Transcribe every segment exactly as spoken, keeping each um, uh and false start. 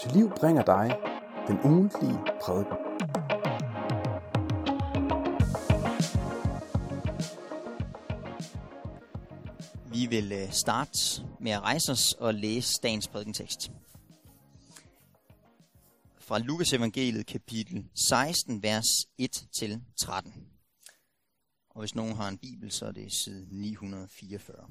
til Liv bringer dig den ugentlige prædiken. Vi vil starte med at rejse os og læse dagens prædikentekst. Fra Lukas evangeliet kapitel seksten, vers et til tretten. Og hvis nogen har en bibel, så er det side ni hundrede fireogfyrre.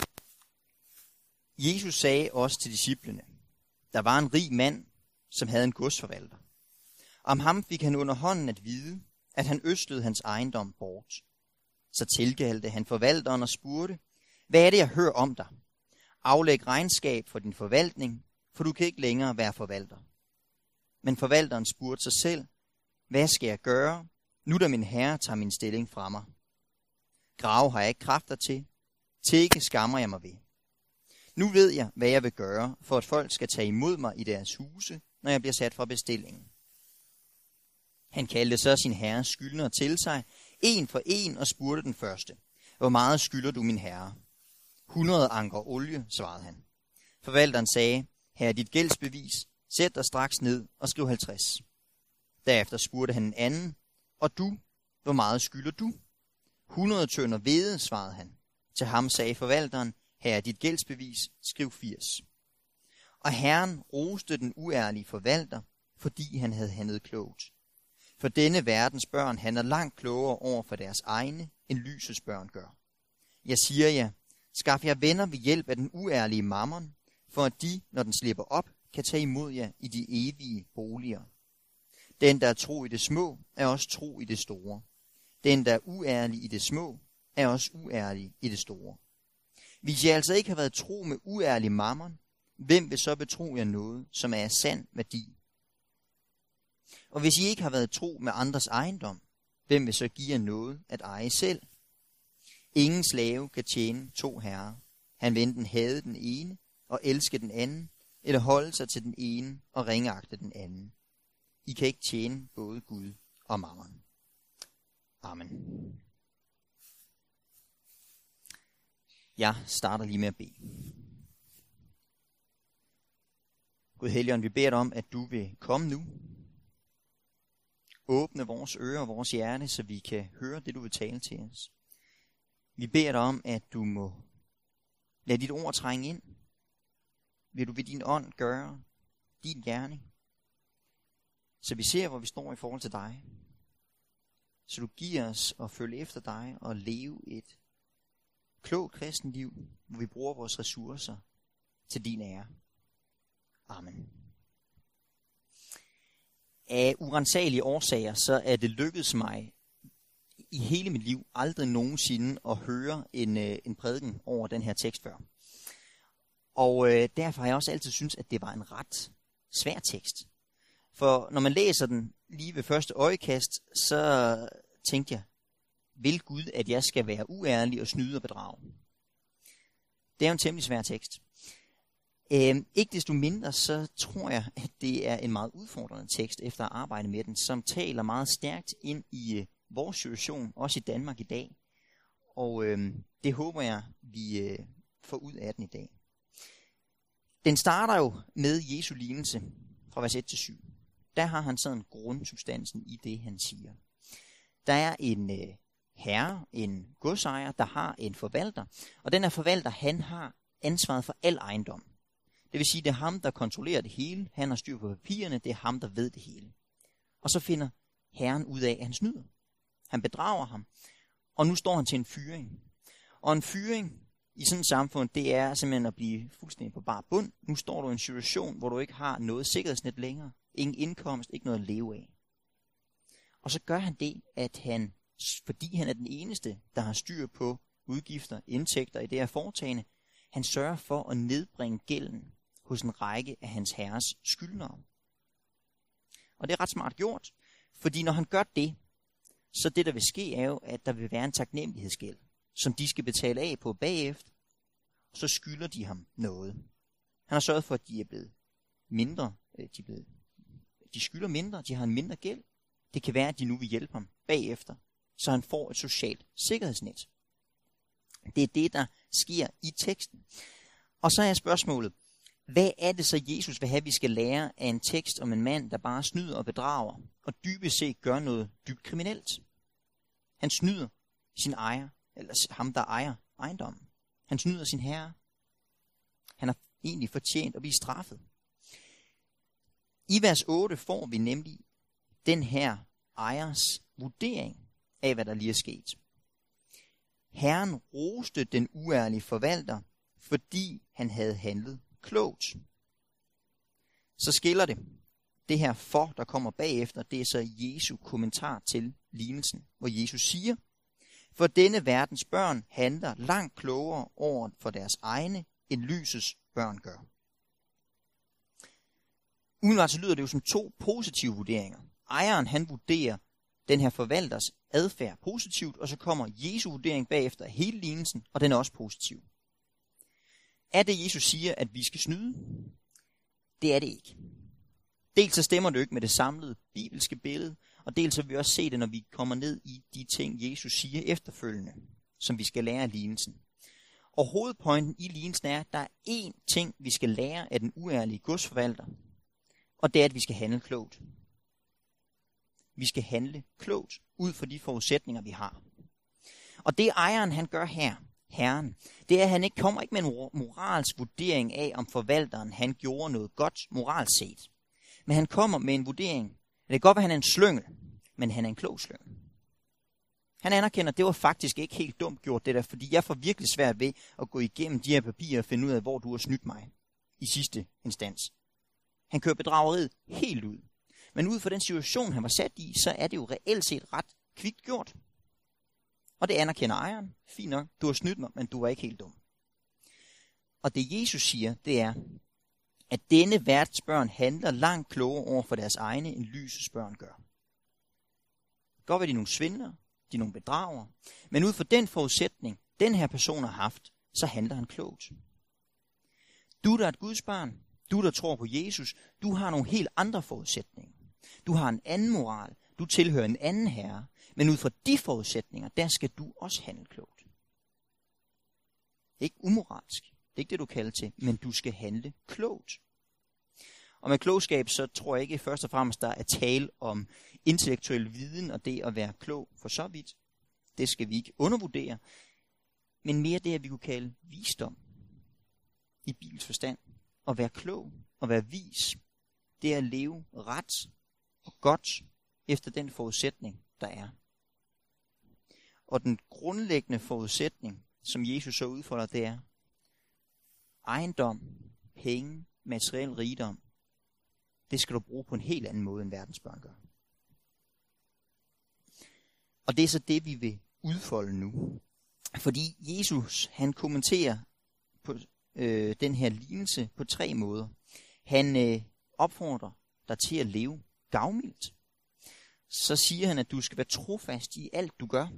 Jesus sagde også til disciplene: Der var en rig mand, som havde en godsforvalter. Om ham fik han under hånden at vide, at han østede hans ejendom bort. Så tilgalte han forvalteren og spurgte: Hvad er det, jeg hører om dig? Aflæg regnskab for din forvaltning, for du kan ikke længere være forvalter. Men forvalteren spurgte sig selv: Hvad skal jeg gøre, nu da min herre tager min stilling fra mig? Grave har jeg ikke kræfter til, tække skammer jeg mig ved. Nu ved jeg, hvad jeg vil gøre, for at folk skal tage imod mig i deres huse, når jeg bliver sat fra bestillingen. Han kaldte så sin herres skyldnere til sig, en for en, og spurgte den første: Hvor meget skylder du, min herre? hundrede anker olie, svarede han. Forvalteren sagde: Her er dit gældsbevis, sæt dig straks ned og skriv halvtreds. Derefter spurgte han en anden: Og du, hvor meget skylder du? hundrede tønder hvede, svarede han. Til ham sagde forvalteren: Her er dit gældsbevis, skriv firs. Og herren roste den uærlige forvalter, fordi han havde handlet klogt. For denne verdens børn handler langt klogere over for deres egne, end lysets børn gør. Jeg siger jer, skaf jer venner ved hjælp af den uærlige mammon, for at de, når den slipper op, kan tage imod jer i de evige boliger. Den, der er tro i det små, er også tro i det store. Den, der er uærlig i det små, er også uærlig i det store. Hvis I altså ikke har været tro med uærlig mammon, hvem vil så betro jer noget, som er af sand værdi? Og hvis I ikke har været tro med andres ejendom, hvem vil så give jer noget at eje selv? Ingen slave kan tjene to herrer. Han vil enten hade den ene og elske den anden, eller holde sig til den ene og ringeagte den anden. I kan ikke tjene både Gud og mammon. Amen. Jeg starter lige med at bede. Gud Helligånd, vi beder dig om, at du vil komme nu. Åbne vores ører og vores hjerte, så vi kan høre det, du vil tale til os. Vi beder dig om, at du må lade dit ord trænge ind. Vil du ved din ånd gøre din gerning, så vi ser, hvor vi står i forhold til dig. Så du giver os at følge efter dig og leve et klogt kristenliv, hvor vi bruger vores ressourcer til din ære. Amen. Af uransagelige årsager, så er det lykkedes mig i hele mit liv aldrig nogensinde at høre en, en prædiken over den her tekst før. Og øh, derfor har jeg også altid syntes, at det var en ret svær tekst. For når man læser den lige ved første øjekast, så tænkte jeg: Vil Gud, at jeg skal være uærlig og snyde og bedrage? Det er jo en temmelig svær tekst. Øhm, ikke desto mindre, så tror jeg, at det er en meget udfordrende tekst efter at arbejde med den, som taler meget stærkt ind i øh, vores situation, også i Danmark i dag. Og øh, det håber jeg, vi øh, får ud af den i dag. Den starter jo med Jesu lignelse fra vers et til syv. Der har han sådan grundsubstansen i det, han siger. Der er en øh, herre, en godsejer, der har en forvalter. Og den her forvalter, han har ansvaret for al ejendom. Det vil sige, det er ham, der kontrollerer det hele. Han har styr på papirerne, det er ham, der ved det hele. Og så finder herren ud af, at han snyder. Han bedrager ham. Og nu står han til en fyring. Og en fyring i sådan et samfund, det er simpelthen at blive fuldstændig på bar bund. Nu står du i en situation, hvor du ikke har noget sikkerhedsnet længere. Ingen indkomst, ikke noget at leve af. Og så gør han det, at han, fordi han er den eneste, der har styr på udgifter, indtægter i det her foretagende, han sørger for at nedbringe gælden hos en række af hans herres skyldnere. Og det er ret smart gjort, fordi når han gør det, så det der vil ske er jo, at der vil være en taknemmelighedsgæld, som de skal betale af på bagefter, og så skylder de ham noget. Han har sørget for, at de er blevet mindre, de, er blevet, de skylder mindre, de har en mindre gæld. Det kan være, at de nu vil hjælpe ham bagefter, så han får et socialt sikkerhedsnet. Det er det, der sker i teksten. Og så er spørgsmålet, hvad er det så, Jesus vil have, vi skal lære af en tekst om en mand, der bare snyder og bedrager, og dybest set gør noget dybt kriminelt? Han snyder sin ejer, eller ham, der ejer ejendommen. Han snyder sin herre. Han har egentlig fortjent at blive straffet. I vers otte får vi nemlig den her ejers vurdering af, hvad der lige er sket. Herren roste den uærlige forvalter, fordi han havde handlet klogt. Så skiller det. Det her for, der kommer bagefter, det er så Jesu kommentar til lignelsen, hvor Jesus siger, for denne verdens børn handler langt klogere over for deres egne, end lysets børn gør. Udenvart så lyder det jo som to positive vurderinger. Ejeren, han vurderer den her forvalters adfærd positivt, og så kommer Jesu vurdering bagefter af hele lignelsen, og den er også positiv. Er det, Jesus siger, at vi skal snyde? Det er det ikke. Dels så stemmer det jo ikke med det samlede bibelske billede, og dels så vil vi også se det, når vi kommer ned i de ting, Jesus siger efterfølgende, som vi skal lære af lignelsen. Og hovedpointen i lignelsen er, at der er én ting, vi skal lære af den uærlige godsforvalter, og det er, at vi skal handle klogt. Vi skal handle klogt ud fra de forudsætninger, vi har. Og det ejeren, han gør her, Herren, det er, at han ikke kommer ikke med en moralsk vurdering af, om forvalteren han gjorde noget godt moralsk set. Men han kommer med en vurdering. Det kan godt være, at han er en slyngel, men han er en klog slyngel. Han anerkender, at det var faktisk ikke helt dumt gjort det der, fordi jeg får virkelig svært ved at gå igennem de her papirer og finde ud af, hvor du har snydt mig i sidste instans. Han kører bedrageriet helt ud. Men ud fra den situation, han var sat i, så er det jo reelt set ret kvikt gjort. Og det anerkender ejeren. Fint nok, du har snydt mig, men du var ikke helt dum. Og det Jesus siger, det er, at denne verdens børn handler langt klogere over for deres egne, end lysets børn gør. Godt være de nogle svindlere, de er nogle bedragere, men ud fra den forudsætning, den her person har haft, så handler han klogt. Du, der er et Guds barn, du, der tror på Jesus, du har nogle helt andre forudsætninger. Du har en anden moral, du tilhører en anden herre, men ud fra de forudsætninger, der skal du også handle klogt. Ikke umoralsk, det er ikke det, du kalder til, men du skal handle klogt. Og med klogskab, så tror jeg ikke først og fremmest, der er tale om intellektuel viden og det at være klog for så vidt. Det skal vi ikke undervurdere, men mere det, at vi kunne kalde visdom i Bibels forstand. At være klog og være vis, det er at leve ret og godt efter den forudsætning, der er. Og den grundlæggende forudsætning, som Jesus så udfolder, det er ejendom, penge, materiel rigdom. Det skal du bruge på en helt anden måde, end verdens børn gør. Og det er så det, vi vil udfolde nu. Fordi Jesus, han kommenterer på øh, den her lignelse på tre måder. Han øh, opfordrer dig til at leve gavmildt. Så siger han, at du skal være trofast i alt, du gør.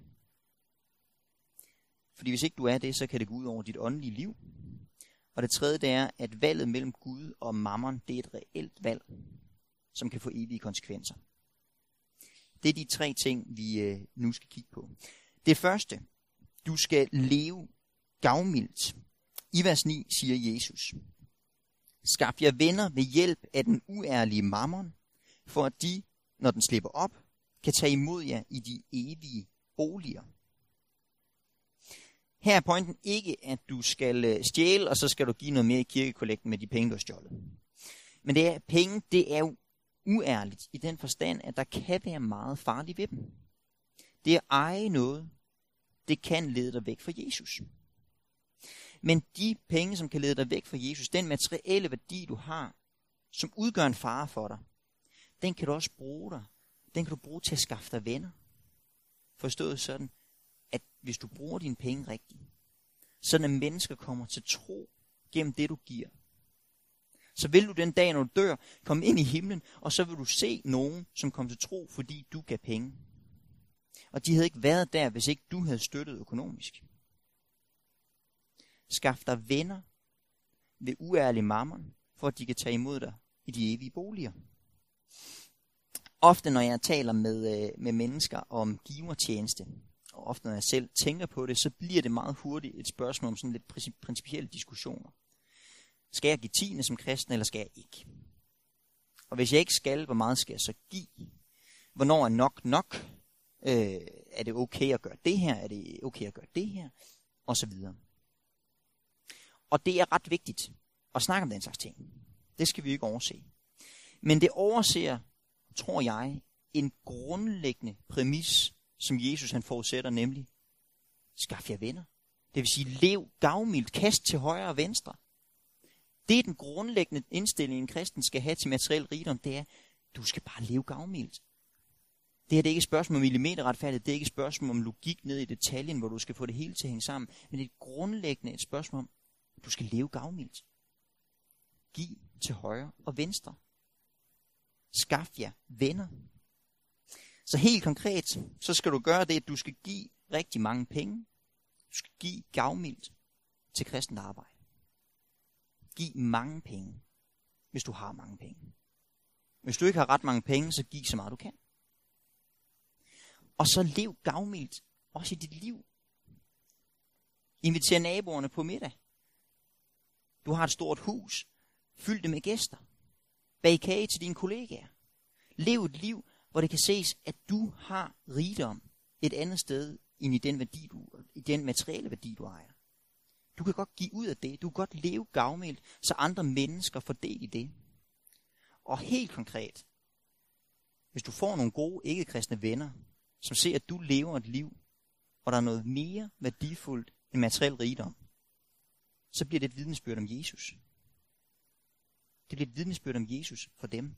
Fordi hvis ikke du er det, så kan det gå ud over dit åndelige liv. Og det tredje, det er, at valget mellem Gud og mammon, det er et reelt valg, som kan få evige konsekvenser. Det er de tre ting, vi øh, nu skal kigge på. Det første, du skal leve gavmildt. I vers ni siger Jesus, skaf jer venner ved hjælp af den uærlige mammon, for at de, når den slipper op, kan tage imod jer i de evige boliger. Her er pointen ikke, at du skal stjæle, og så skal du give noget mere i kirkekollekten med de penge, du har stjålet. Men det er, penge, det er jo uærligt i den forstand, at der kan være meget farligt ved dem. Det at eje noget, det kan lede dig væk fra Jesus. Men de penge, som kan lede dig væk fra Jesus, den materielle værdi, du har, som udgør en fare for dig, den kan du også bruge dig. Den kan du bruge til at skaffe dig venner. Forstået sådan, at hvis du bruger dine penge rigtigt, sådan at mennesker kommer til tro gennem det, du giver, så vil du den dag, når du dør, komme ind i himlen, og så vil du se nogen, som kom til tro, fordi du gav penge. Og de havde ikke været der, hvis ikke du havde støttet økonomisk. Skaf dig venner ved uærlig mammon, for at de kan tage imod dig i de evige boliger. Ofte når jeg taler med, med mennesker om givertjeneste, og ofte når jeg selv tænker på det, så bliver det meget hurtigt et spørgsmål om sådan lidt principielle diskussioner. Skal jeg give tiende som kristen, eller skal jeg ikke? Og hvis jeg ikke skal, hvor meget skal jeg så give? Hvornår er nok nok? Øh, er det okay at gøre det her? Er det okay at gøre det her? Og så videre. Og det er ret vigtigt at snakke om den slags ting. Det skal vi ikke overse. Men det overser, tror jeg, en grundlæggende præmis, som Jesus han forudsætter, nemlig skaff jer venner. Det vil sige, lev gavmildt, kast til højre og venstre. Det er den grundlæggende indstilling, en kristen skal have til materiel rigdom, det er, du skal bare leve gavmildt. Det her det er ikke et spørgsmål om millimeterretfærdighed, det er ikke et spørgsmål om logik ned i detaljen, hvor du skal få det hele til at hænge sammen, men det er grundlæggende et spørgsmål om, at du skal leve gavmildt. Giv til højre og venstre. Skaff jer venner. Så helt konkret, så skal du gøre det, at du skal give rigtig mange penge. Du skal give gavmildt til kristent arbejde. Giv mange penge, hvis du har mange penge. Hvis du ikke har ret mange penge, så giv så meget du kan. Og så lev gavmildt, også i dit liv. Inviter naboerne på middag. Du har et stort hus. Fyld det med gæster. Bag kage til dine kollegaer. Lev et liv, hvor det kan ses, at du har rigdom et andet sted end i den, værdi, du, i den materielle værdi, du ejer. Du kan godt give ud af det. Du kan godt leve gavmildt, så andre mennesker får del i det. Og helt konkret, hvis du får nogle gode, ikke-kristne venner, som ser, at du lever et liv, hvor der er noget mere værdifuldt end materiel rigdom, så bliver det et vidnesbyrd om Jesus. Det bliver et vidnesbyrd om Jesus for dem.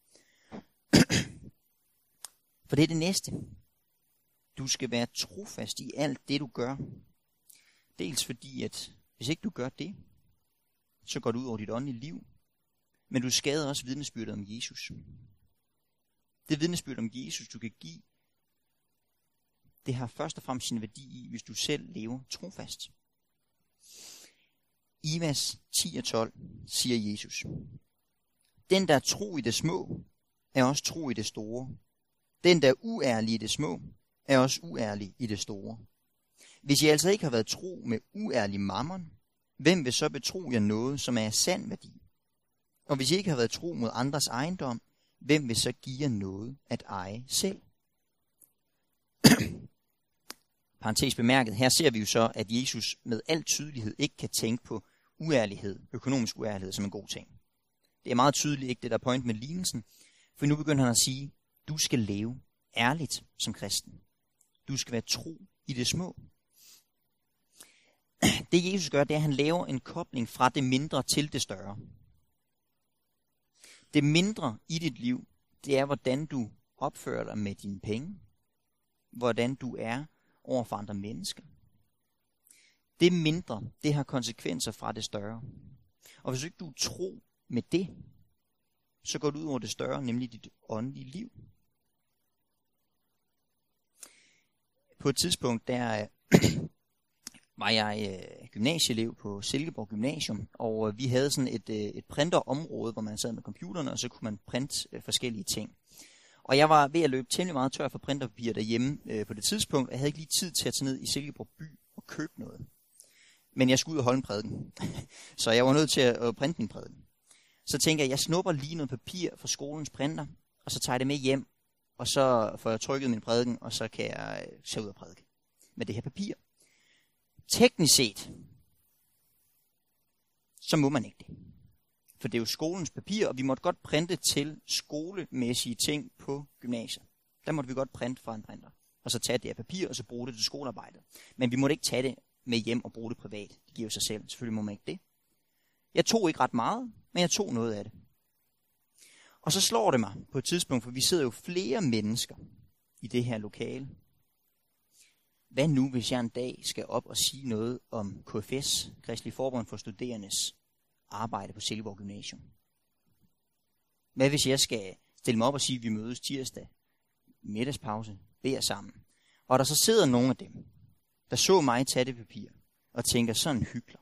For det er det næste. Du skal være trofast i alt det, du gør. Dels fordi, at hvis ikke du gør det, så går det ud over dit åndelige liv. Men du skader også vidnesbyrdet om Jesus. Det vidnesbyrd om Jesus, du kan give, det har først og fremmest sin værdi i, hvis du selv lever trofast. I vers ti og tolv siger Jesus: Den, der er tro i det små, er også tro i det store. Den, der er uærlig i det små, er også uærlig i det store. Hvis I altså ikke har været tro med uærlig mammon, hvem vil så betro jer noget, som er af sand værdi? Og hvis I ikke har været tro mod andres ejendom, hvem vil så give jer noget at eje selv? Parentes bemærket, her ser vi jo så, at Jesus med al tydelighed ikke kan tænke på uærlighed, økonomisk uærlighed, som en god ting. Det er meget tydeligt ikke det, der er point med lignelsen, for nu begynder han at sige, du skal leve ærligt som kristen. Du skal være tro i det små. Det Jesus gør, det er, at han laver en kobling fra det mindre til det større. Det mindre i dit liv, det er, hvordan du opfører dig med dine penge. Hvordan du er over for andre mennesker. Det mindre, det har konsekvenser fra det større. Og hvis ikke du er tro med det, så går det ud over det større, nemlig dit åndelige liv. På et tidspunkt, der var jeg øh, gymnasieelev på Silkeborg Gymnasium, og øh, vi havde sådan et, øh, et printerområde, hvor man sad med computerne, og så kunne man printe øh, forskellige ting. Og jeg var ved at løbe temmelig meget tør for printerpapir derhjemme øh, på det tidspunkt, og jeg havde ikke lige tid til at tage ned i Silkeborg by og købe noget. Men jeg skulle ud og holde en prædiken, så jeg var nødt til at, at printe min prædiken. Så tænker jeg, jeg snupper lige noget papir fra skolens printer, og så tager jeg det med hjem, og så får jeg trykket min prædiken, og så kan jeg øh, tage ud og prædike med det her papir. Teknisk set, så må man ikke det. For det er jo skolens papir, og vi måtte godt printe til skolemæssige ting på gymnasiet. Der måtte vi godt printe fra en printer, og så tage det her papir, og så bruge det til skolearbejdet. Men vi måtte ikke tage det med hjem og bruge det privat. Det giver sig selv. Selvfølgelig må man ikke det. Jeg tog ikke ret meget, men jeg tog noget af det. Og så slår det mig på et tidspunkt, for vi sidder jo flere mennesker i det her lokale. Hvad nu, hvis jeg en dag skal op og sige noget om K F S, Kristelig Forbund for Studerendes arbejde på Silkeborg Gymnasium? Hvad hvis jeg skal stille mig op og sige, at vi mødes tirsdag, middagspause, beder sammen, og der så sidder nogle af dem, der så mig tage det papir, og tænker, sådan en hykler.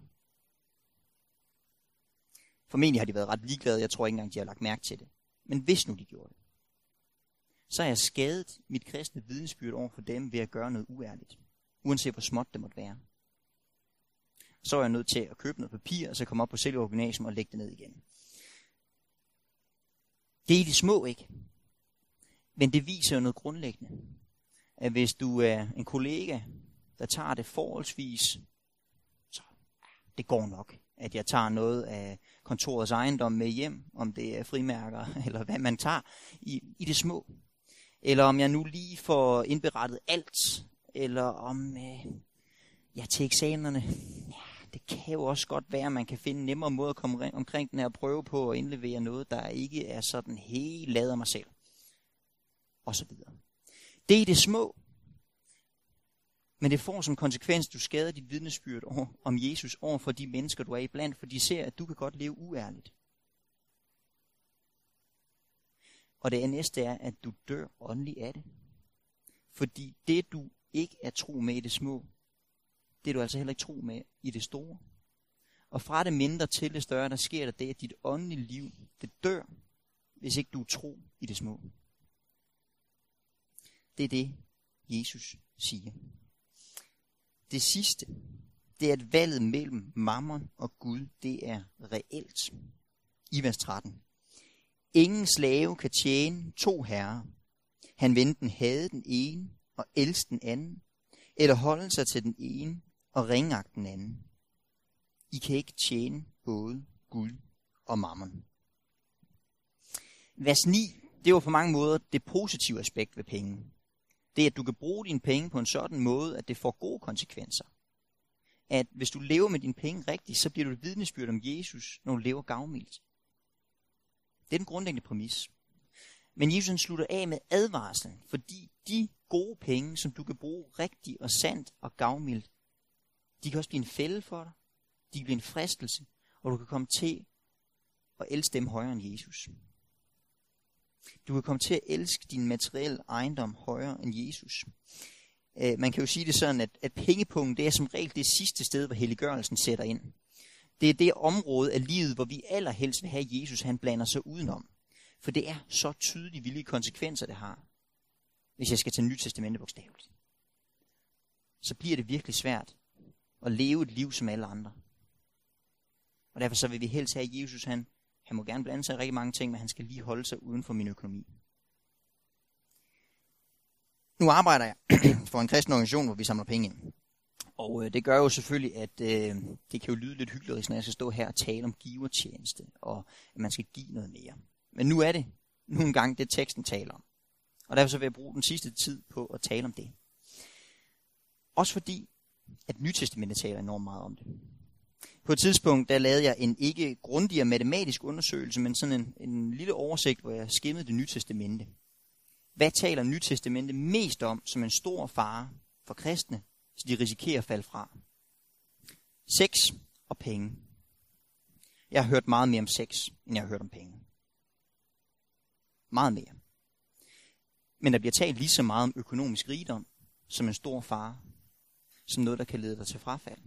Formentlig har de været ret ligeglade, jeg tror ikke engang, de har lagt mærke til det. Men hvis nu de gjorde det, så har jeg skadet mit kristne vidnesbyrd over for dem ved at gøre noget uærligt, uanset hvor småt det måtte være. Så var jeg nødt til at købe noget papir, og så komme op på Silkeborg Gymnasium og lægge det ned igen. Det er i det små, ikke? Men det viser jo noget grundlæggende. At hvis du er en kollega, der tager det forholdsvis, så det går nok. At jeg tager noget af kontorets ejendom med hjem, om det er frimærker, eller hvad man tager, i, i det små. Eller om jeg nu lige får indberettet alt, eller om øh, ja, til eksamenerne, ja, det kan jo også godt være, at man kan finde en nemmere måde at komme omkring den her prøve på at indlevere noget, der ikke er sådan helt lavet af mig selv. Og så videre. Det er det små. Men det får som konsekvens, at du skader dit vidnesbyrd om Jesus over for de mennesker, du er iblandt, for de ser, at du kan godt leve uærligt. Og det næste er, at du dør åndeligt af det. Fordi det, du ikke er tro med i det små, det er du altså heller ikke tro med i det store. Og fra det mindre til det større, der sker der det, at dit åndelige liv, det dør, hvis ikke du er tro i det små. Det er det, Jesus siger. Det sidste, det er, at valget mellem mammon og Gud, det er reelt. I vers tretten. Ingen slave kan tjene to herrer. Han vil enten hade den ene og elske den anden, eller holde sig til den ene og ringagte den anden. I kan ikke tjene både Gud og mammon. Vers ni, det var på mange måder det positive aspekt ved penge. Det er, at du kan bruge dine penge på en sådan måde, at det får gode konsekvenser. At hvis du lever med dine penge rigtigt, så bliver du et vidnesbyrd om Jesus, når du lever gavmildt. Det er den grundlæggende præmis. Men Jesus slutter af med advarslen, fordi de gode penge, som du kan bruge rigtigt og sandt og gavmildt, de kan også blive en fælde for dig. De kan blive en fristelse, og du kan komme til at elske dem højere end Jesus. Du kan komme til at elske din materielle ejendom højere end Jesus. Uh, man kan jo sige det sådan, at, at pengepunkten, det er som regel det sidste sted, hvor helliggørelsen sætter ind. Det er det område af livet, hvor vi allerhelst vil have, at Jesus han blander sig udenom. For det er så tydeligt, hvilke konsekvenser det har, hvis jeg skal tage Nyt Testamente bogstaveligt. Så bliver det virkelig svært at leve et liv som alle andre. Og derfor så vil vi helst have, at Jesus han, han må gerne blande sig i rigtig mange ting, men han skal lige holde sig uden for min økonomi. Nu arbejder jeg for en kristen organisation, hvor vi samler penge ind. Og øh, det gør jo selvfølgelig, at øh, det kan jo lyde lidt hyklerisk, når jeg skal stå her og tale om givertjeneste, og at man skal give noget mere. Men nu er det nu engang det, teksten taler om. Og derfor så vil jeg bruge den sidste tid på at tale om det. Også fordi, at Nytestamentet taler enormt meget om det. På et tidspunkt, der lavede jeg en ikke grundigere matematisk undersøgelse, men sådan en, en lille oversigt, hvor jeg skimmede det Nye Testamente. Hvad taler Nytestamentet mest om som en stor fare for kristne, så de risikerer at falde fra? Sex og penge. Jeg har hørt meget mere om sex, end jeg har hørt om penge. Meget mere. Men der bliver talt lige så meget om økonomisk rigdom, som en stor fare, som noget, der kan lede dig til frafald.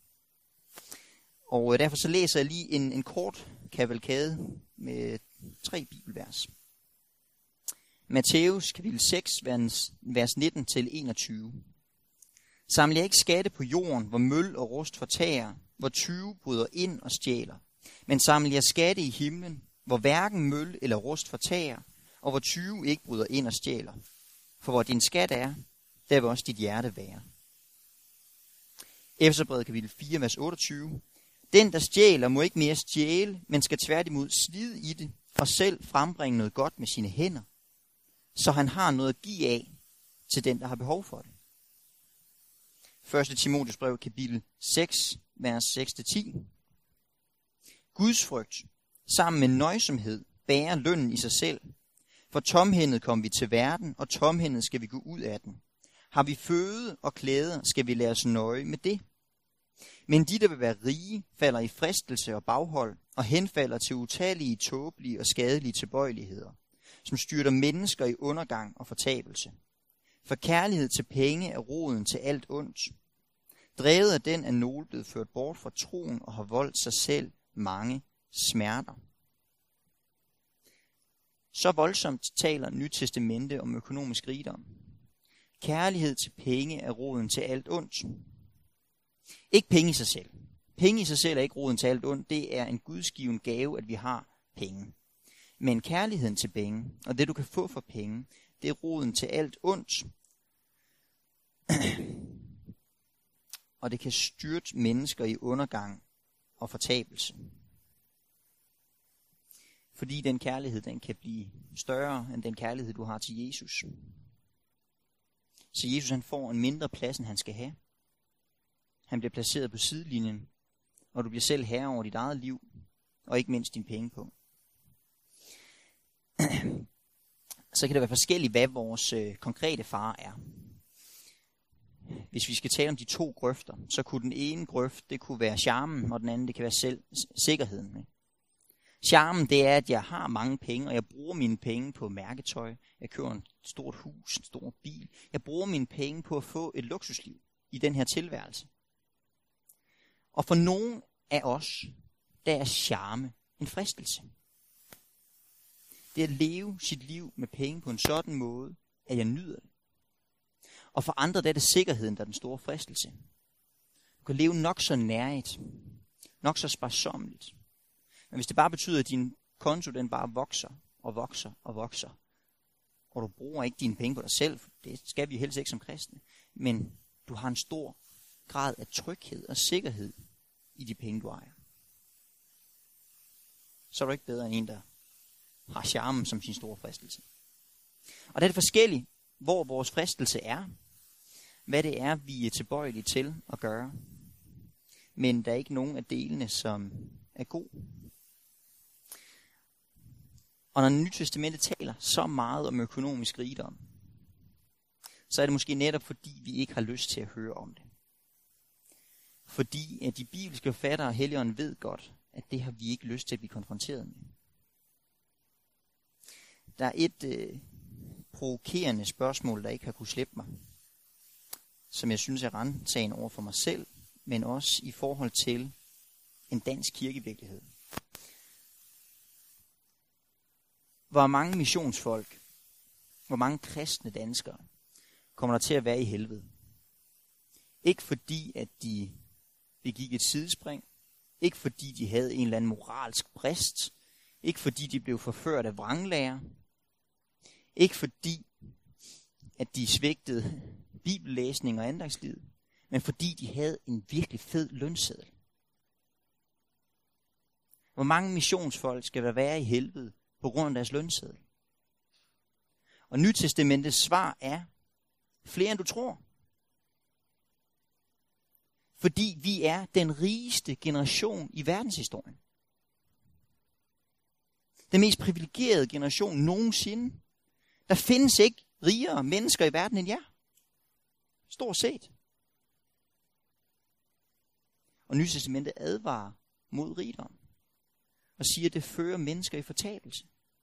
Og derfor så læser jeg lige en, en kort kavalkade med tre bibelvers. Matthæus kapitel seks, vers nitten til enogtyve. Saml jer ikke skatte på jorden, hvor møl og rust fortærer, hvor tyve bryder ind og stjæler. Men saml jer skatte i himlen, hvor hverken møl eller rust fortærer, og hvor tyve ikke bryder ind og stjæler. For hvor din skat er, der vil også dit hjerte være. Efeserbrevet kapitel fire, vers otteogtyve. Den, der stjæler, må ikke mere stjæle, men skal tværtimod slide i det, og selv frembringe noget godt med sine hænder, så han har noget at give af til den, der har behov for det. første Timotheus brev kapitel seks, vers seks til ti. Guds frygt, sammen med nøjsomhed, bærer lønnen i sig selv. For tomhændet kom vi til verden, og tomhændet skal vi gå ud af den. Har vi føde og klæder, skal vi lade os nøje med det. Men de, der vil være rige, falder i fristelse og baghold, og henfalder til utallige, tåbelige og skadelige tilbøjeligheder, som styrter mennesker i undergang og fortabelse. For kærlighed til penge er roden til alt ondt. Drevet af den er nogle blevet ført bort fra troen og har voldt sig selv mange smerter. Så voldsomt taler Nyt Testamente om økonomisk rigdom. Kærlighed til penge er roden til alt ondt. Ikke penge i sig selv. Penge i sig selv er ikke roden til alt ondt. Det er en gudsgiven gave, at vi har penge. Men kærligheden til penge, og det du kan få for penge, det er roden til alt ondt. Og det kan styrte mennesker i undergang og fortabelse. Fordi den kærlighed, den kan blive større end den kærlighed, du har til Jesus. Så Jesus, han får en mindre plads, end han skal have. Han bliver placeret på sidelinjen, og du bliver selv herre over dit eget liv, og ikke mindst din penge på. Så kan det være forskelligt, hvad vores øh, konkrete fare er. Hvis vi skal tale om de to grøfter, så kunne den ene grøft, det kunne være charmen, og den anden, det kan være selv, sikkerheden. Charmen, det er, at jeg har mange penge, og jeg bruger mine penge på mærketøj. Jeg køber et stort hus, en stor bil. Jeg bruger mine penge på at få et luksusliv i den her tilværelse. Og for nogen af os, der er charme en fristelse. Det er at leve sit liv med penge på en sådan måde, at jeg nyder det. Og for andre, der er det sikkerheden, der er den store fristelse. Du kan leve nok så nærigt, nok så sparsommeligt. Men hvis det bare betyder, at din konto den bare vokser og vokser og vokser, og du bruger ikke dine penge på dig selv, for det skal vi helst ikke som kristne, men du har en stor grad af tryghed og sikkerhed i de penge, du ejer, så er du ikke bedre end en, der har charmen som sin store fristelse. Og det er det forskelligt, hvor vores fristelse er, hvad det er, vi er tilbøjelige til at gøre. Men der er ikke nogen af delene, som er god. Og når Nye Testamentet taler så meget om økonomisk rigdom, så er det måske netop fordi, vi ikke har lyst til at høre om det. Fordi at de bibelske forfattere og Helligånden ved godt, at det har vi ikke lyst til at blive konfronteret med. Der er et øh, provokerende spørgsmål, der ikke har kunne slippe mig, som jeg synes er randsagen over for mig selv, men også i forhold til en dansk kirkevirkelighed. Hvor mange missionsfolk, hvor mange kristne danskere kommer der til at være i helvede? Ikke fordi, at de begik et sidespring, ikke fordi de havde en eller anden moralsk brist, ikke fordi de blev forført af vranglærer, ikke fordi, at de svigtede bibellæsning og andagsliv, men fordi de havde en virkelig fed lønseddel. Hvor mange missionsfolk skal der være i helvede på grund af deres lønseddel? Og Nytestamentets svar er flere end du tror. Fordi vi er den rigeste generation i verdenshistorien. Den mest privilegerede generation nogensinde. Der findes ikke rigere mennesker i verden end jer. Stort set. Og Nytestamentet advarer mod rigdom. Og siger, at det fører mennesker i fortabelse.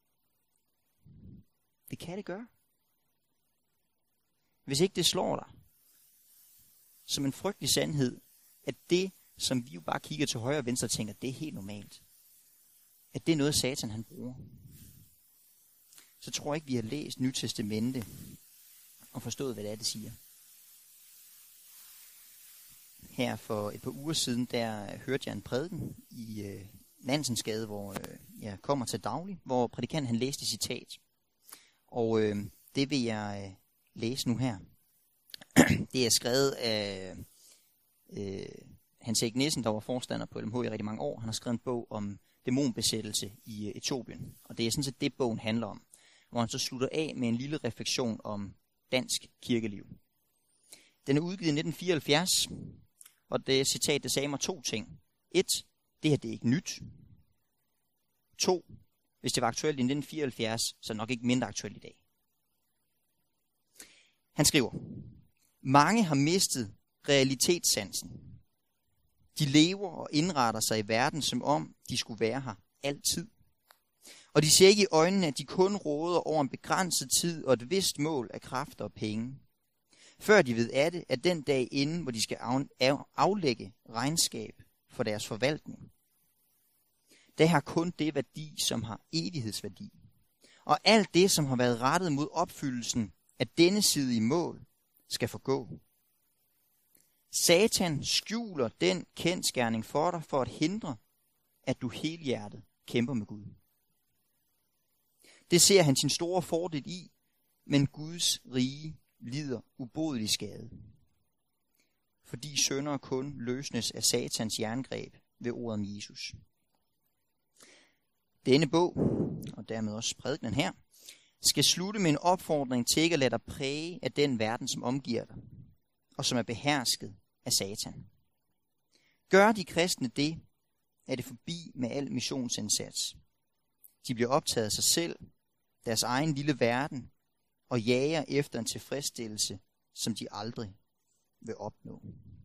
Det kan det gøre. Hvis ikke det slår dig som en frygtelig sandhed, at det, som vi jo bare kigger til højre og venstre og tænker, det er helt normalt. At det er noget, Satan han bruger. Så tror jeg ikke, vi har læst Nyt Testamente og forstået, hvad det er, det siger. Her for et par uger siden, der hørte jeg en prædiken i øh, Nansensgade, hvor øh, jeg kommer til daglig, hvor prædikanten han læste citat. Og øh, det vil jeg øh, læse nu her. Det er skrevet af øh, Hans Erik Nissen, der var forstander på L M H i rigtig mange år. Han har skrevet en bog om dæmonbesættelse i øh, Etiopien. Og det er sådan set det, bogen handler om. Hvor han så slutter af med en lille refleksion om dansk kirkeliv. Den er udgivet i nitten fireoghalvfjerds, og det citat, det sagde mig to ting. Et, det her det er ikke nyt. To, hvis det var aktuelt i nitten fireoghalvfjerds, så er det nok ikke mindre aktuelt i dag. Han skriver, mange har mistet realitetssansen. De lever og indretter sig i verden, som om de skulle være her altid. Og de ser ikke i øjnene, at de kun råder over en begrænset tid og et vist mål af kræfter og penge. Før de ved af det, at den dag inden, hvor de skal aflægge regnskab for deres forvaltning. Det har kun det værdi, som har evighedsværdi. Og alt det, som har været rettet mod opfyldelsen af denne side i mål, skal forgå. Satan skjuler den kendsgerning for dig, for at hindre, at du helhjertet kæmper med Gud. Det ser han sin store fordel i, men Guds rige lider ubodelig skade. Fordi syndere kun løsnes af Satans jerngreb ved ordet om Jesus. Denne bog, og dermed også prædikenen her, skal slutte med en opfordring til ikke at lade dig præge af den verden, som omgiver dig, og som er behersket af Satan. Gør de kristne det, er det forbi med al missionsindsats. De bliver optaget af sig selv, deres egen lille verden, og jager efter en tilfredsstillelse, som de aldrig vil opnå.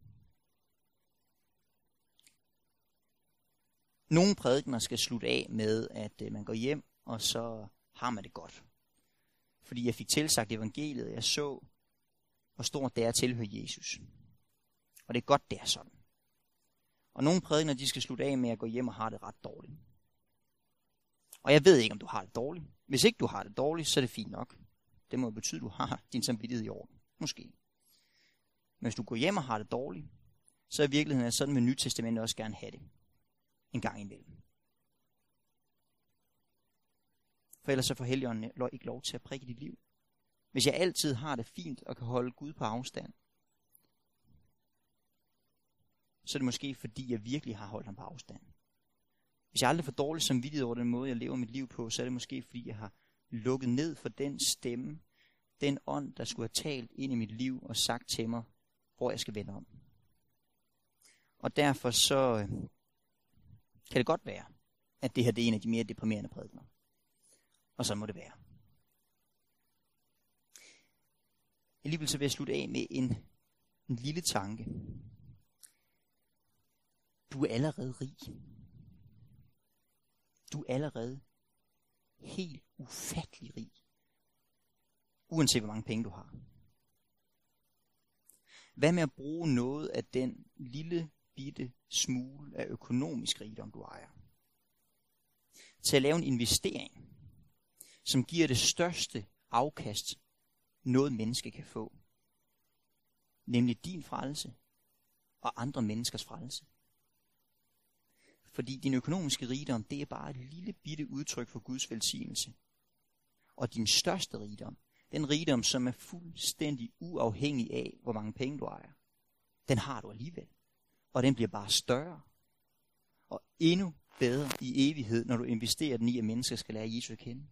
Nogle prædikener skal slutte af med, at man går hjem, og så har man det godt. Fordi jeg fik tilsagt evangeliet, og jeg så, hvor stort det er at tilhøre Jesus. Og det er godt, det er sådan. Og nogle prædikener, de skal slutte af med at gå hjem og har det ret dårligt. Og jeg ved ikke, om du har det dårligt. Hvis ikke du har det dårligt, så er det fint nok. Det må betyde, at du har din samvittighed i orden. Måske. Men hvis du går hjem og har det dårligt, så er i virkeligheden at sådan med Nyt Testamentet også gerne have det. En gang imellem. For ellers så får Helligånden ikke lov til at prikke dit liv. Hvis jeg altid har det fint og kan holde Gud på afstand, så er det måske fordi, jeg virkelig har holdt ham på afstand. Hvis jeg aldrig får dårligt samvittighed over den måde, jeg lever mit liv på, så er det måske fordi, jeg har lukket ned for den stemme, den ånd, der skulle have talt ind i mit liv og sagt til mig, hvor jeg skal vende om. Og derfor så øh, kan det godt være, at det her det er en af de mere deprimerende prædikener. Og så må det være. Alligevel så vil jeg slutte af med en, en lille tanke. Du er allerede rig. Du er allerede helt ufattelig rig. Uanset hvor mange penge du har. Hvad med at bruge noget af den lille bitte smule af økonomisk rigdom, du ejer? Til at lave en investering, som giver det største afkast, noget menneske kan få. Nemlig din frelse og andre menneskers frelse. Fordi din økonomiske rigdom, det er bare et lille bitte udtryk for Guds velsignelse. Og din største rigdom, den rigdom, som er fuldstændig uafhængig af, hvor mange penge du ejer, den har du alligevel. Og den bliver bare større. Og endnu bedre i evighed, når du investerer den i, at mennesker skal lære Jesus at kende.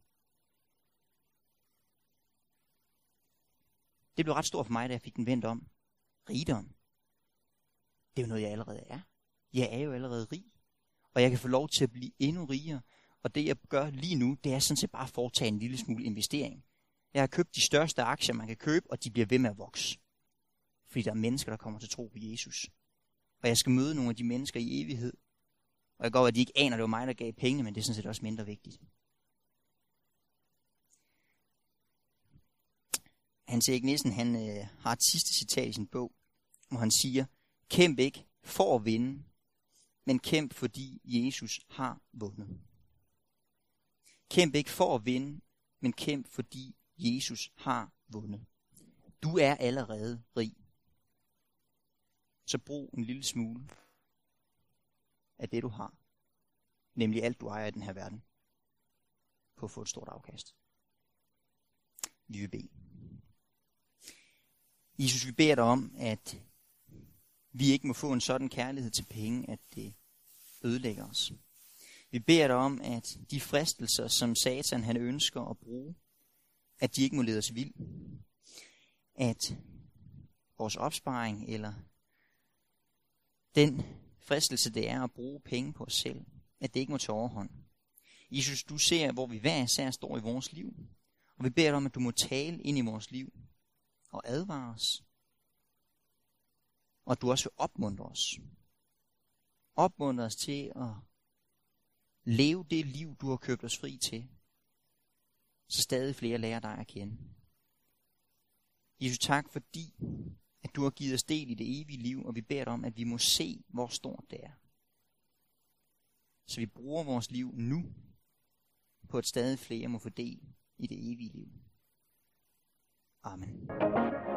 Det blev ret stort for mig, da jeg fik den vendt om. Rigdom. Det er jo noget, jeg allerede er. Jeg er jo allerede rig. Og jeg kan få lov til at blive endnu rigere. Og det jeg gør lige nu, det er sådan set bare at foretage en lille smule investering. Jeg har købt de største aktier, man kan købe, og de bliver ved med at vokse. Fordi der er mennesker, der kommer til tro på Jesus. Og jeg skal møde nogle af de mennesker i evighed. Og jeg går, at de ikke aner, at det var mig, der gav pengene, men det er sådan set også mindre vigtigt. Hans Erik Nielsen, han øh, har et sidste citat i sin bog, hvor han siger, kæmp ikke for at vinde, men kæmp fordi Jesus har vundet. Kæmp ikke for at vinde, men kæmp fordi Jesus har vundet. Du er allerede rig. Så brug en lille smule af det, du har. Nemlig alt, du ejer i den her verden. På at få et stort afkast. Vi vil bede. Jesus, vi beder dig om, at vi ikke må få en sådan kærlighed til penge, at det ødelægger os. Vi beder dig om, at de fristelser, som Satan han ønsker at bruge, at de ikke må lede os vild. At vores opsparing eller den fristelse, det er at bruge penge på os selv, at det ikke må tage overhånd. Jesus, du ser, hvor vi hver især står i vores liv. Og vi beder dig om, at du må tale ind i vores liv og advare os. Og at du også vil opmuntre os. Opmuntre os til at leve det liv, du har købt os fri til. Så stadig flere lærer dig at kende. Jesus, tak fordi, at du har givet os del i det evige liv, og vi beder dig om, at vi må se, hvor stort det er. Så vi bruger vores liv nu, på at stadig flere må få del i det evige liv. Amen.